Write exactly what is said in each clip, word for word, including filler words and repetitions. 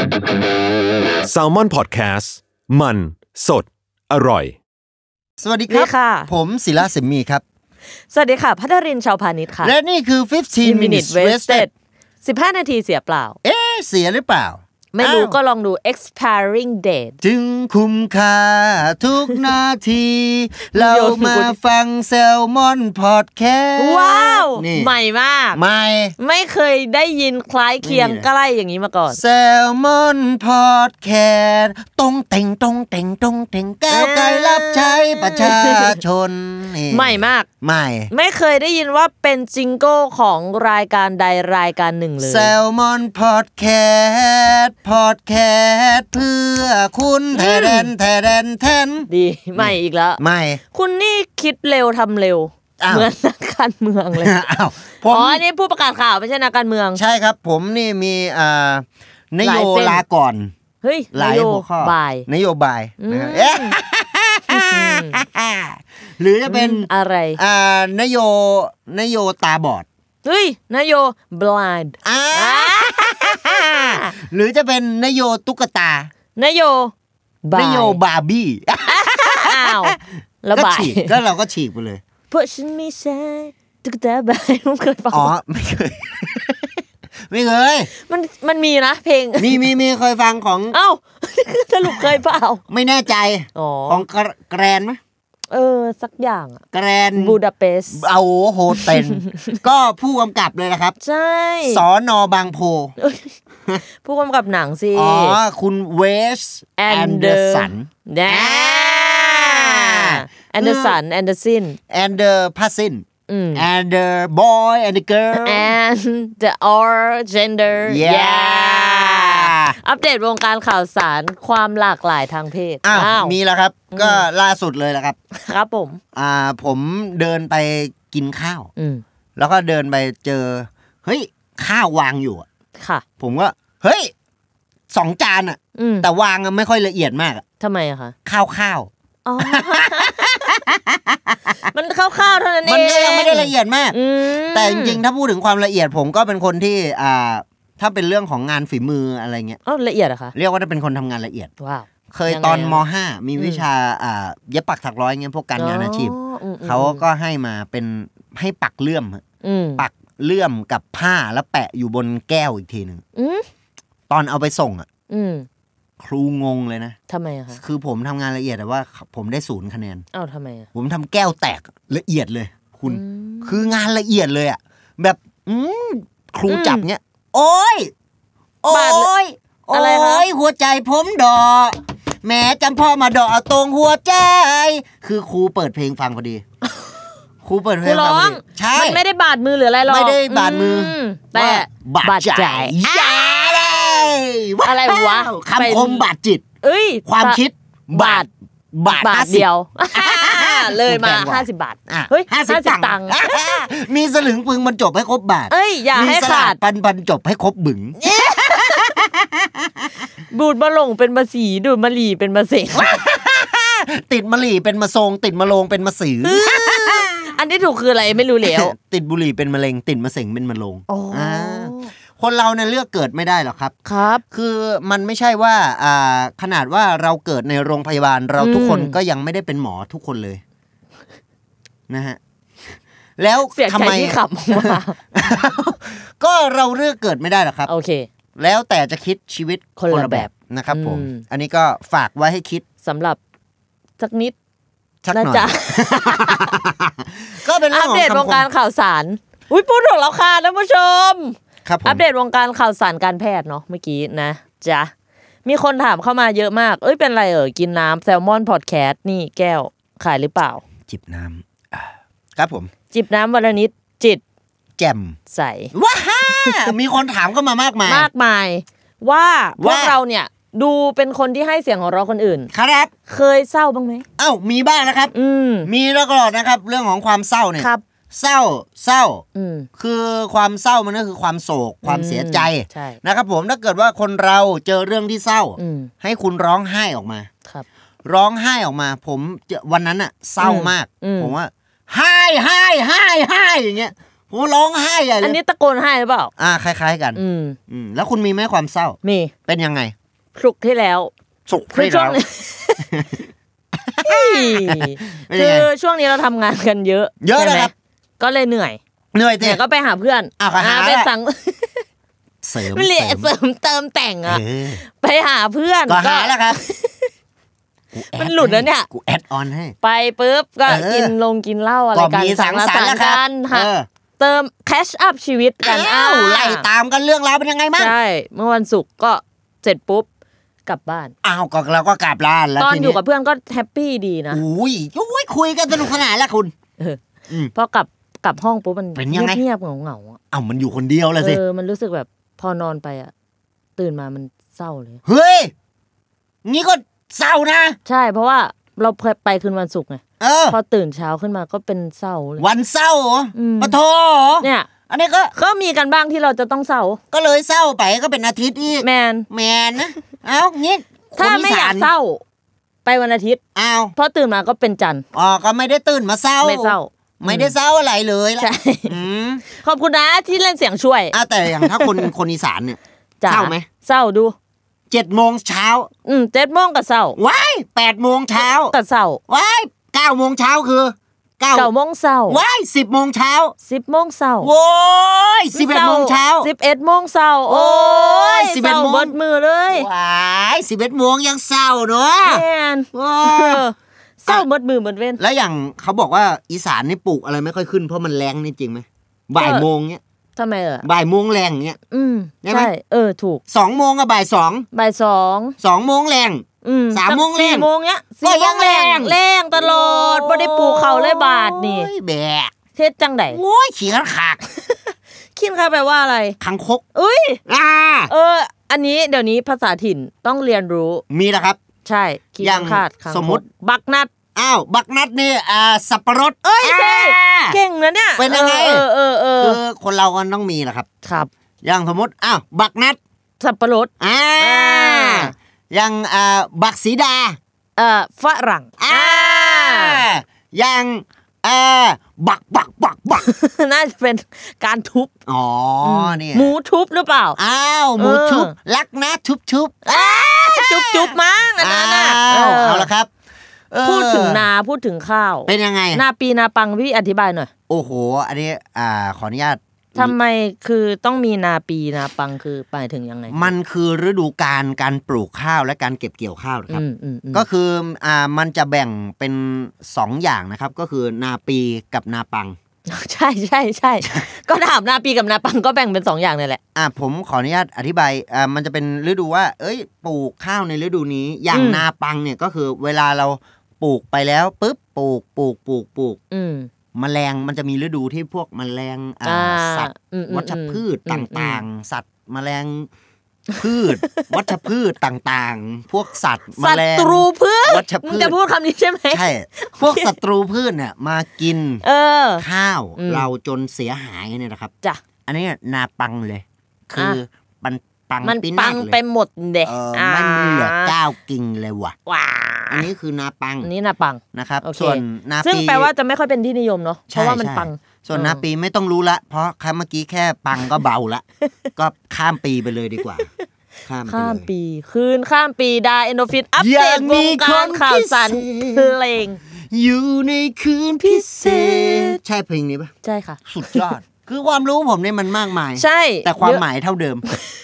Salmon Podcast มันสดอร่อยสวัสดีครับผมศิลาสิมมีครับสวัสดีค่ะภัทรินชาวพานิชค่ะและนี่คือfifteen minutes wasted สิบห้านาทีเสียเปล่าเอ๊ะเสียหรือเปล่าไม่รู้ก็ลองดู expiring date จึงคุ้มค่าทุกนาทีเรามาฟังแซลมอนพอดแคสต์ว้าวใหม่มากใหม่ไม่เคยได้ยินคล้ายเคียงใกล้อย่างนี้มาก่อนแซลมอนพอดแคสต์ตรงเต่งตรงเต่งตรงเต่งก้าวไกลรับใช้ประชาชนใหม่มากใหม่ไม่เคยได้ยินว่าเป็นจิงโก้ของรายการใดรายการหนึ่งเลยแซลมอนพอดแคสต์พอดแคสต์เพื่อคุณแทนแทนแทนดีใหม่อีกแล้วใหม่คุณนี่คิดเร็วทำเร็วเหมือนนักการเมืองเลยอ้าวอ๋อนี่ผู้ประกาศข่าวไม่ใช่นักการเมืองใช่ครับผมนี่มีอ่านโยลาก่อนเฮ้ยนโยบายนโยบายนะครับหรือจะเป็นอะไรอ่านโยนโยตาบอดเฮ้ยนโย blind อ่าหรือจะเป็นนโยตุ๊กตานโยนโยบาร์บี้อ้าวแล้วบายก็เราก็ฉีกไปเลยเพราะฉันไม่ใช่ตุ๊กตาบายไม่เคยฟังอ๋อไม่เคยไม่เคยมันมันมีนะเพลงมีมีมีเคยฟังของเอ้าสรุปเคยเปล่าไม่แน่ใจของแกรนมั้ยเออสักอย่างอ่ะแกรนบูดาเปสต์เอาโฮเทลก็ผู้กำกับเลยนะครับใช่สนบางโพผู้กำกับหนังสิอ๋อคุณเวสแอนเดอร์สันแน่แอนเดอร์สันแอนเดอร์ซินแอนเดอร์พัสซินand the boy and the girl and the all gender yeah อัปเดตวงการข่าวสารความหลากหลายทางเพศอ้าวมีแล้วครับก็ล่าสุดเลยแหละครับครับผมอ่าผมเดินไปกินข้าวแล้วก็เดินไปเจอเฮ้ยข้าววางอยู่อ่ะค่ะผมก็เฮ้ยสองจานอ่ะแต่วางไม่ค่อยละเอียดมากทำไมอะคะข้าวข้าวอ๋อมันคร่าวๆเท่านั้นเองมันก็ยังไม่ได้ละเอียดมากแต่จริงๆถ้าพูดถึงความละเอียดผมก็เป็นคนที่อ่าถ้าเป็นเรื่องของงานฝีมืออะไรเงี้ยอ๋อละเอียดเหรอคะเรียกว่าเป็นคนทำงานละเอียดว้าวเคยตอนม.ห้า มีวิชาอ่าเย็บปักถักร้อยเงี้ยพวกการงานอาชีพเขาก็ให้มาเป็นให้ปักเลื่อมปักเลื่อมกับผ้าแล้วแปะอยู่บนแก้วอีกทีนึงตอนเอาไปส่งอ่ะครูงงเลยนะทำไมอะคะคือผมทำงานละเอียดแต่ว่าผมได้ศูนย์คะแนนอ้าวทำไมอะผมทำแก้วแตกละเอียดเลยคุณคืองานละเอียดเลยอะแบบครูจับเนี้ยโอ๊ยโอ๊ยโอ๊ยหัวใจผมดอกแม่จำพ่อมาดอกเอาตรงหัวใจคือครูเปิดเพลงฟังพอดีครูเปิดเพลงฟังพอดีใช่มันไม่ได้บาดมือหรืออะไรหรอกไม่ได้บาดมือแต่บาดใจอะไรวะคำคมบาดจิตเอ้ยความคิดบาดบาทเดียวเลยมาห้าสิบบาทเฮ้ยห้าสิบตังค์มีสลึงปึงบรรจบให้ครบบาทเอ้ยอย่าให้ขาดปันบรรจบให้ครบบึ๋งบูดมะหลงเป็นมะสีดูดมะหลี่เป็นมะเสงติดมะหลี่เป็นมะโซงติดมะโลงเป็นมะสืออันที่ถูกคืออะไรไม่รู้แล้วติดบุหรี่เป็นมะเร็งติดมะเสงเป็นมะโลงอ่าคนเราเนี่ยเลือกเกิดไม่ได้หรอกครับครับคือมันไม่ใช่ว่าอ่าขนาดว่าเราเกิดในโรงพยาบาลเราทุกคนก็ยังไม่ได้เป็นหมอทุกคนเลยนะฮะแล้วทำไมขับมาก็เราเลือกเกิดไม่ได้หรอกครับโอเคแล้วแต่จะคิดชีวิตคนละแบบนะครับผมอันนี้ก็ฝากไว้ให้คิดสำหรับสักนิดนะจ๊ะก็เป็นเรื่องของอัปเดตวงการข่าวสารอุ้ยพูดถึงแล้วค่ะท่านผู้ชมอัปเดตวงการข่าวสารการแพทย์เนาะเมื่อกี้นะจ๊ะมีคนถามเข้ามาเยอะมากเอ้ยเป็นไรเอ่ยกินน้ำแซลมอนพอดแคสต์นี่แก้วขายหรือเปล่าจิบน้ำครับผมจิบน้ำวันละนิดจิตแจ่มใสว้ามีคนถามเข้ามามากมายมากมายว่าพวกเราเนี่ยดูเป็นคนที่ให้เสียงหัวเราะคนอื่นครับเคยเศร้าบ้างไหมอ้าวมีบ้างนะครับมีแล้วก็นะครับเรื่องของความเศร้าเนี่ยเศร้าเศร้าคือความเศร้ามันก็คือความโศกความเสียใจนะครับผมถ้าเกิดว่าคนเราเจอเรื่องที่เศร้าให้คุณร้องไห้ออกมาร้องไห้ออกมาผมวันนั้นอะเศร้ามากผมว่าไห้ไห้ไห้ไห้อย่างเงี้ยโหร้องไห้ใหญ่เลยอันนี้ตะโกนให้หรือเปล่าอ่าคล้ายๆกันอืมอืมแล้วคุณมีไหมความเศร้ามีเป็นยังไงสุกที่แล้วสุกที่แล้วคือช่วงนี้เราทำงานกันเยอะเยอะนะครับก็เลยเหนื่อยเหนื่อยสิก็ไปหาเพื่อนอ่าไปสั่งเสริมเรียกเสริมเติมแต่งอ่ะไปหาเพื่อนก็หาแล้วครับมันหลุดแล้วเนี่ยกูแอดออนให้ไปปุ๊บก็กินลงกินเหล้าอะไรกันสังสรรค์กันเติมแคชอัพชีวิตกันอ้าวไล่ตามกันเรื่องราวเป็นยังไงบ้างใช่เมื่อวันศุกร์ก็เสร็จปุ๊บกลับบ้านอ้าวก็เราก็กลับบ้านแล้วตอนอยู่กับเพื่อนก็แฮปปี้ดีนะอุ้ยอุ้ยคุยกันสนุกสนานแล้วคุณพอกลับกลับห้องปุ๊บมันเงียบๆเหงาๆอ้าวมันอยู่คนเดียวเลยสิเออมันรู้สึกแบบพอนอนไปอ่ะตื่นมามันเศร้าเลยเฮ้ยงี้ก็เศร้านะใช่เพราะว่าเราไปคืนวันศุกร์ไงพอตื่นเช้าขึ้นมาก็เป็นเศร้าเลยวันเศร้าเหรอปะโถเนี่ยอันนี้ก็ก็มีกันบ้างที่เราจะต้องเศร้าก็เลยเศร้าไปก็เป็นอาทิตย์อีกแมนแมนนะเอ้างี้ถ้าไม่อยากเศร้าไปวันอาทิตย์อ้าวพอตื่นมาก็เป็นจันทร์อ๋อก็ไม่ได้ตื่นมาเศร้าไม่เศร้าไม่ได้เศร้าอะไรเลยใช่ขอบคุณนะที่เล่นเสียงช่วยอ่ะแต่อย่างถ้าคนคนอีสานเนี่ยเศร้าไหมเศร้าดูเจ็ดโมงเช้าอืมเจ็ดโมงก็เศร้าว้ายแปดโมงเช้าก็เศร้าว้ายเก้าโมงเช้าคือเก้าโมงเช้าว้ายสิบโมงเช้าสิบโมงเช้าโว้ยสิบเอ็ดโมงเช้าสิบเอ็ดโมงเช้าโอ้ยสิบเอ็ดโมงเบิดมือเลยว้ายสิบเอ็ดโมงยังเศร้าเนาะแม่นเศร้าเบิดมือเบิดเว้นแล้วอย่างเขาบอกว่าอีสานนี่ปลูกอะไรไม่ค่อยขึ้นเพราะมันแล้งนี่จริงไหมบ่ายโมงเนี้ยทำไมเออบ่ายโมงแรงเนี้ยอืมใช่เออถูกสองโมงกับบ่ายสองบ่ายสองสองโมงแรงสามโมงแรงสี่โมงเนี้ยก็ยังแรงแรงตลอดบ่ได้ปลูกเขาเลยบาทนี่แบกเฮ็ดจังได๋โอ้ยขี้ขากขี้ขากแปลว่าอะไรคังคกอุ้ยอ่าเอออันนี้เดี๋ยวนี้ภาษาถิ่นต้องเรียนรู้มีแล้วครับใช่ขี้ขากสมมุติบักนัดอ้าวบักนัดนี่อ่าสับปะรดเอ้ยเก่งนะเนี่ยเป็นยังไงเออเออเออคือคนเราก็ต้องมีแหละครับครับอย่างสมมติอ้าวบักนัดสับปะรดอ่าอย่างอ่าบักสีดาเอ่อฝรั่งอ่าอย่างเอ่อบักบักบักบักน่าจะเป็นการทุบอ๋อนี่หมูทุบหรือเปล่าอ้าวหมูทุบรักนะทุบทุบจุบจุบมั้งอันนั้นน่ะเอาละครับพูดถึงนาพูดถึงข้าวเป็นยังไงนาปีนาปังพี่อธิบายหน่อยโอ้โหอันนี้อ่าขออนุญาตทำไมคือต้องมีนาปีนาปังคือหมายถึงยังไงมันคือฤดูกาลการปลูกข้าวและการเก็บเกี่ยวข้าวครับก็คืออ่ามันจะแบ่งเป็นสองอย่างนะครับก็คือนาปีกับนาปังใช่ใช่ใช่ก็ถามนาปีกับนาปังก็แบ่งเป็นสองอย่างนี่แหละอ่าผมขออนุญาตอธิบายอ่ามันจะเป็นฤดูว่าเอ้ยปลูกข้าวในฤดูนี้อย่างนาปังเนี่ยก็คือเวลาเราปลูกไปแล้วปุ๊บปลูกปลูกปลูกปลูกแมลงมันจะมีฤดูที่พวกแมลงสัตว์วัชพืชต่างๆสัตว์แมลงพืชวัชพืชต่างๆพวกสัตว์แมลงศัตรูพืชวัชพืชจะพูดคำนี้ใช่ไหมใช่พวกศัตรูพืชเนี่ยมากินข้าวเราจนเสียหายเนี่ยนะครับจ้ะอันนี้นาปังเลยคือมันปังมันปังไปหมดเด็กมันเหลือเก้ากิ่งเลยว่ะว้าอันนี้คือนาปังอันนี้นาปังนะครับส่วนนาปีซึ่งแปลว่าจะไม่ค่อยเป็นที่นิยมเนาะเพราะว่ามันปังส่วนนาปีไม่ต้องรู้ละเพราะครั้งเมื่อกี้แค่ปังก็เบาละก็ข้ามปีไปเลยดีกว่าข้ามปีคืนข้ามปีดาเอนโดฟินอัปเดตวงการข่าวสารเพลงอยู่ในคืนพิเศษใช่เพลงนี้ปะใช่ค่ะสุดยอดคือความรู้ผมเนี่ยมันมากมายใช่แต่ความหมายเท่าเดิม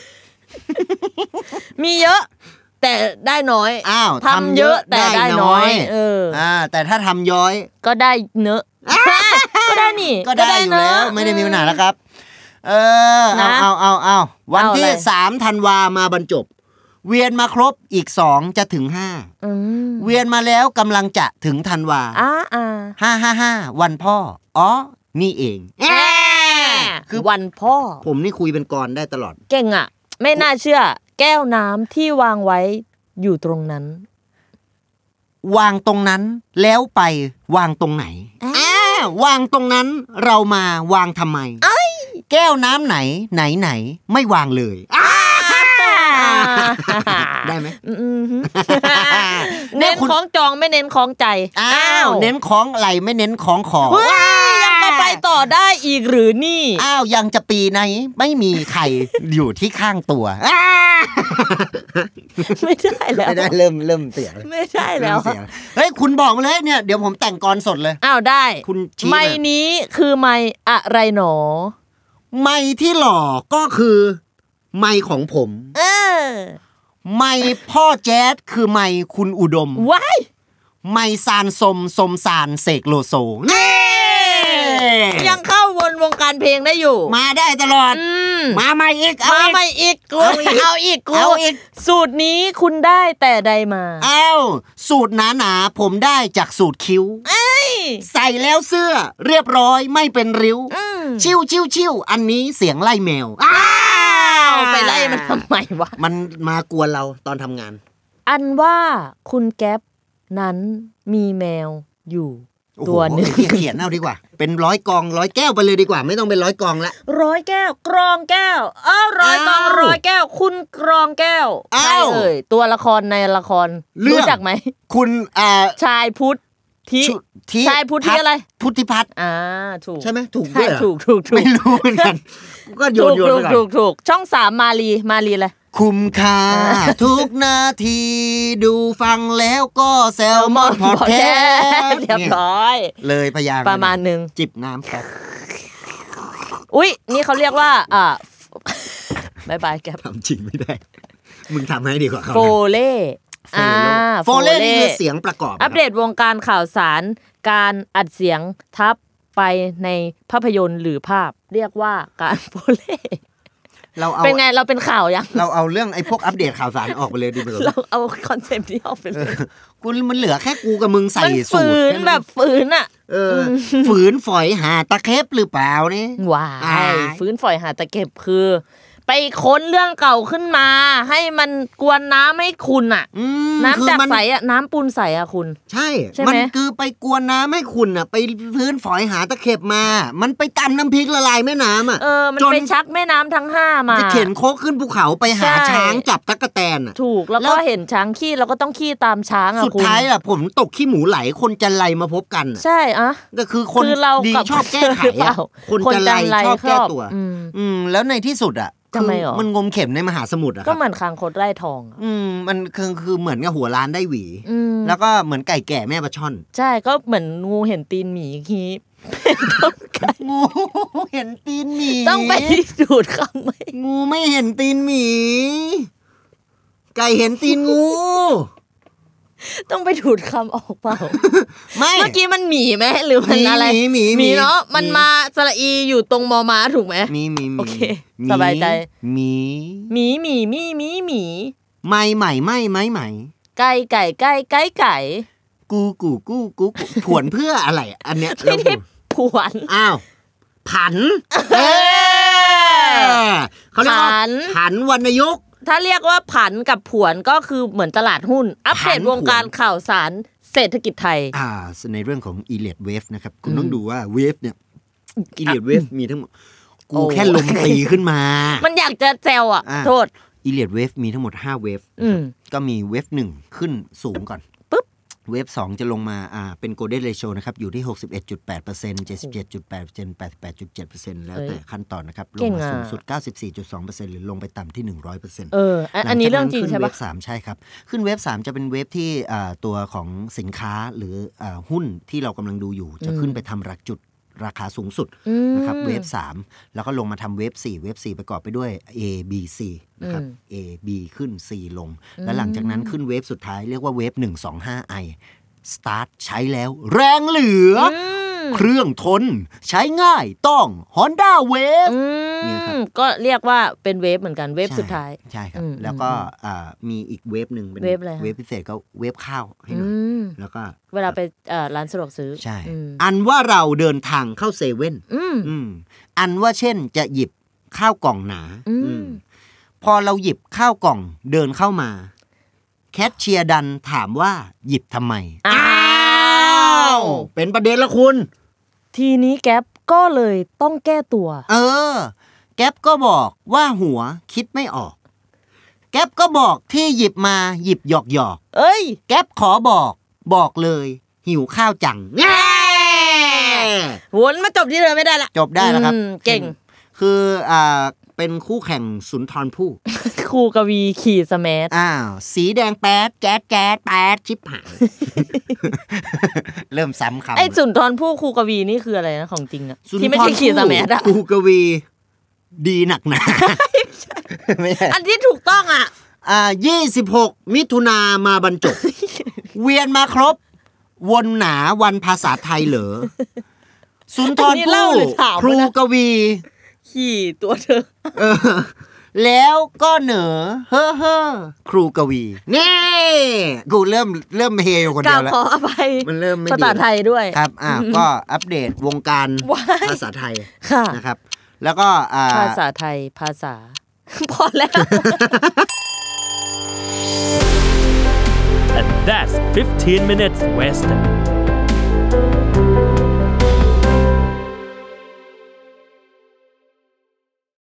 มีเยอะแต่ได้น้อยอ้าวทำเยอะแต่ได้น้อยเอออ่าแต่ถ้าทำย้อยก็ได้เนอะก็ได้นี่ก็ได้อยู่แล้วไม่ได้มีปัญหาแล้วครับเออเอาเอาเอาเอาวันที่สามธันวามาบรรจบเวียนมาครบอีกสองจะถึงห้าเวียนมาแล้วกำลังจะถึงธันวาอ่าอ่าห้าห้าห้าวันพ่ออ๋อนี่เองคือวันพ่อผมนี่คุยเป็นกรได้ตลอดเก่งอ่ะไม่น่าเชื่อแก้วน้ำที่วางไว้อยู่ตรงนั้นวางตรงนั้นแล้วไปวางตรงไหนอ่าวางตรงนั้นเรามาวางทำไมแก้วน้ำไหนไหนไหนไม่วางเลยได้ไหมเน้นของจองไม่เน้นของใจอ้าวเน้นของไหลไม่เน้นของขอยังก็ไปต่อได้อีกหรือนี่อ้าวยังจะปีไหนไม่มีใครอยู่ที่ข้างตัวไม่ได้แล้วไม่ได้เริ่มเริ่มเสียไม่ได้แล้วเฮ้ยคุณบอกมาเลยเนี่ยเดี๋ยวผมแต่งกลอนสดเลยอ้าวได้คุณชี้ไม้นี้คือไม้อะไรหนอไม้ที่หล่อก็คือไม้ของผมเออไม้พ่อแจ๊ดคือไม้คุณอุดมว้ายไม้ซานสมสมซานเสกโลโซนี่ยังเข้าวนวงการเพลงได้อยู่มาได้ตลอดมาใหม่อีกมาใหม่อีกกูเอาอีกกูเอาอีกสูตรนี้คุณได้แต่ใดมาอ้าวสูตรหนาๆผมได้จากสูตรคิ้วใส่แล้วเสื้อเรียบร้อยไม่เป็นริ้วชิวชิวชิวอันนี้เสียงไล่แมวอ้าวไปไล่มันทำไมวะมันมากวนเราตอนทำงานอันว่าคุณแก๊ปนั้นมีแมวอยู่ตัวนึงเขียนเอาดีกว่าเป็นร้อยกองร้อยแก้วไปเลยดีกว่าไม่ต้องเป็นร้อยกองละร้อยแก้วกรองแก้วเออร้อยกองร้อยแก้วคุณกรองแก้วใครเอ่ยตัวละครในละครรู้จักไหมคุณอ่าชายพุทธิชายพุทธิอะไรพุทธิพัฒน์อ่าถูกใช่ไหมถูกด้วยถูกถูกไม่รู้เหมือนกันก็โยนโยนไปก่อนถูกถูกช่องสามมาลีมาลีอะไรคุ้มค่าทุกนาทีดูฟังแล้วก็แซลมอนพอดแคสต์เรียบร้อยเลยพยางประมาณนึงจิบน้ำแป๊บอุ๊ยนี่เขาเรียกว่าอ่าบายบายแกทำจริงไม่ได้มึงทำให้ดีกว่าเขาโฟเล่อ่าโฟเล่นี่คือเสียงประกอบอัปเดตวงการข่าวสารการอัดเสียงทับไปในภาพยนตร์หรือภาพเรียกว่าการโฟเล่เราเอาเป็นไงเราเป็นข่าวยังเราเอาเรื่องไอ้พวกอัปเดตข่าวสารออกไปเลยดีไหมเราเอาคอนเซ็ปต์นี้ออกไปเลยกูมันเหลือแค่กูกับมึงใส่สูตรฝืนแบบฝืนอ่ะเออฝืนฝอยหาตะเข็บหรือเปล่านี่ว้ายฝืนฝอยหาตะเข็บคือไปค้นเรื่องเก่าขึ้นมาให้มันกวนน้ำให้คุณอ่ะน้ำจากใสอ่ะน้ำปูนใสอ่ะคุณใช่มันคือไปกวนน้ำให้คุณอ่ะไปพื้นฝอยหาตะเข็บมามันไปตำน้ำพริกละลายแม่น้ำอ่ะเออมันไปชักแม่น้ำทั้งห้ามาจะเข็นโคกขึ้นภูเขาไปหาช้างจับตั๊กแตนอ่ะถูกแล้วก็เห็นช้างขี้เราก็ต้องขี้ตามช้างอ่ะคุณสุดท้ายอ่ะผมตกขี้หมูไหลคนจันไรมาพบกันใช่อ่ะก็คือคนดีชอบแก้ไขอ่ะคนจันไรชอบแก้ตัวอืมแล้วในที่สุดอ่ะทำไมอ๋อมันงมเข็มในมหาสมุทรอะครับก็เหมือนคางคดไร่ทองอืมมันคือคือเหมือนกับหัวล้านได้หวีแล้วก็เหมือนไก่แก่แม่ปลาช่อนใช่ก็เหมือนงูเห็นตีนหมีงี้งูเห็นตีนหมีต้องไปดูดคำไหมงูไม่เห็นตีนหมีไก่เห็นตีนงูต้องไปดูดคำออกเปล่าไม่เมื่อกี้มันหมีไหมหรือมันอะไรหมีหมีเนาะมันมาสระอีอยู่ตรงมอม้าถูกไหมมีมีโอเคสบายใจหมีหมีหมีหมีหมีหมีไม่ใหม่ไม่ไม่ใหม่ไก่ไก่ไก่ไก่ไก่กูกูกูกูผวนเพื่ออะไรอันเนี้ยไม่ได้ผวนอ้าวผันเขาเรียกว่าผันวรรณยุกต์ถ้าเรียกว่าผันกับผวนก็คือเหมือนตลาดหุ้นอัปเดตวงการข่าวสารเศรษฐกิจไทยอ่าในเรื่องของ Elliott Wave นะครับคุณต้องดูว่า Wave เนี่ย Elliott Wave มีทั้งหมดกูแค่ลมตีขึ้นมามันอยากจะแซวอ่ะโทษ Elliott Wave มีทั้งหมดห้าเวฟก็มีเวฟหนึ่งขึ้นสูงก่อนปึ๊บเวฟสองจะลงมาอ่าเป็น Golden Ratio นะครับอยู่ที่ หกสิบเอ็ดจุดแปดเปอร์เซ็นต์ เจ็ดสิบเจ็ดจุดแปดเปอร์เซ็นต์ แปดสิบแปดจุดเจ็ดเปอร์เซ็นต์ แล้วแต่ขั้นตอนนะครับลงมาสูงสุด เก้าสิบสี่จุดสองเปอร์เซ็นต์ หรือลงไปต่ำที่ หนึ่งร้อยเปอร์เซ็นต์เอออันนี้เรื่องจริงใช่ป่ะเวฟสามใช่ครับขึ้นเวฟสามจะเป็นเวฟที่อ่าตัวของสินค้าหรืออ่าหุ้นที่เรากำลังดูอยู่จะขึ้นไปทำรักจุดราคาสูงสุดนะครับเวฟสามแล้วก็ลงมาทำเวฟสี่เวฟสี่ประกอบไปด้วย A B C นะครับ A B ขึ้น C ลงแล้วหลังจากนั้นขึ้นเวฟสุดท้ายเรียกว่าเวฟหนึ่ง สอง ห้า I สตาร์ทใช้แล้วแรงเหลือเครื่องทนใช้ง่ายต้อง Honda Wave เนี่ยครับก็เรียกว่าเป็นเวฟเหมือนกันเวฟสุดท้ายใช่ครับแล้วก็มีอีกเวฟนึงเป็นเวฟอะไรเวฟพิเศษก็เวฟข้าวให้หน่อยแล้วก็เวลาไปร้านสะดวกซื้อใช่อันว่าเราเดินทางเข้าเซเว่นอันว่าเช่นจะหยิบข้าวกล่องหนาพอเราหยิบข้าวกล่องเดินเข้ามาแคชเชียร์ดันถามว่าหยิบทำไมอ้าวเป็นประเด็นละคุณทีนี้แก๊ปก็เลยต้องแก้ตัวเออแก๊ปก็บอกว่าหัวคิดไม่ออกแก๊ปก็บอกที่หยิบมาหยิบหยอกหยอกเอ้ยแก๊ปขอบอกบอกเลยหิวข้าวจังวนมาจบที่เธอไม่ได้ละจบได้แล้วครับเก่งคืออ่าเป็นคู่แข่งสุนทรภู่ครูกวีขี่สแมัทอ้าวสีแดงแป๊ดแจ๊ดแจ๊ดแป๊ดชิบหายเริ่มซ้ำคำไอ้สุนทรภู่ครูกวีนี่คืออะไรนะของจริงอะที่ไม่ใช่ขี่สแมัทอะครูกวีดีหนักหนาอันที่ถูกต้องอ่ะอ่ายี่สิบหกมิถุนามาบรรจบเวียนมาครบวนหนาวันภาษาไทยเหรอสุนทรภู่ครูกวีขี่ตัวเธอเออแล้วก็เหนอเฮ้อเฮ้อครูกวีนี่กูเริ่มเริ่มเฮคนเดียวแล้วขออภัยมันเริ่มไม่ดีภาษาไทยด้วยครับอ่าก็อัปเดตวงการภาษาไทยนะครับแล้วก็อ่าภาษาไทยภาษาพอแล้ว And that's fifteen minutes Western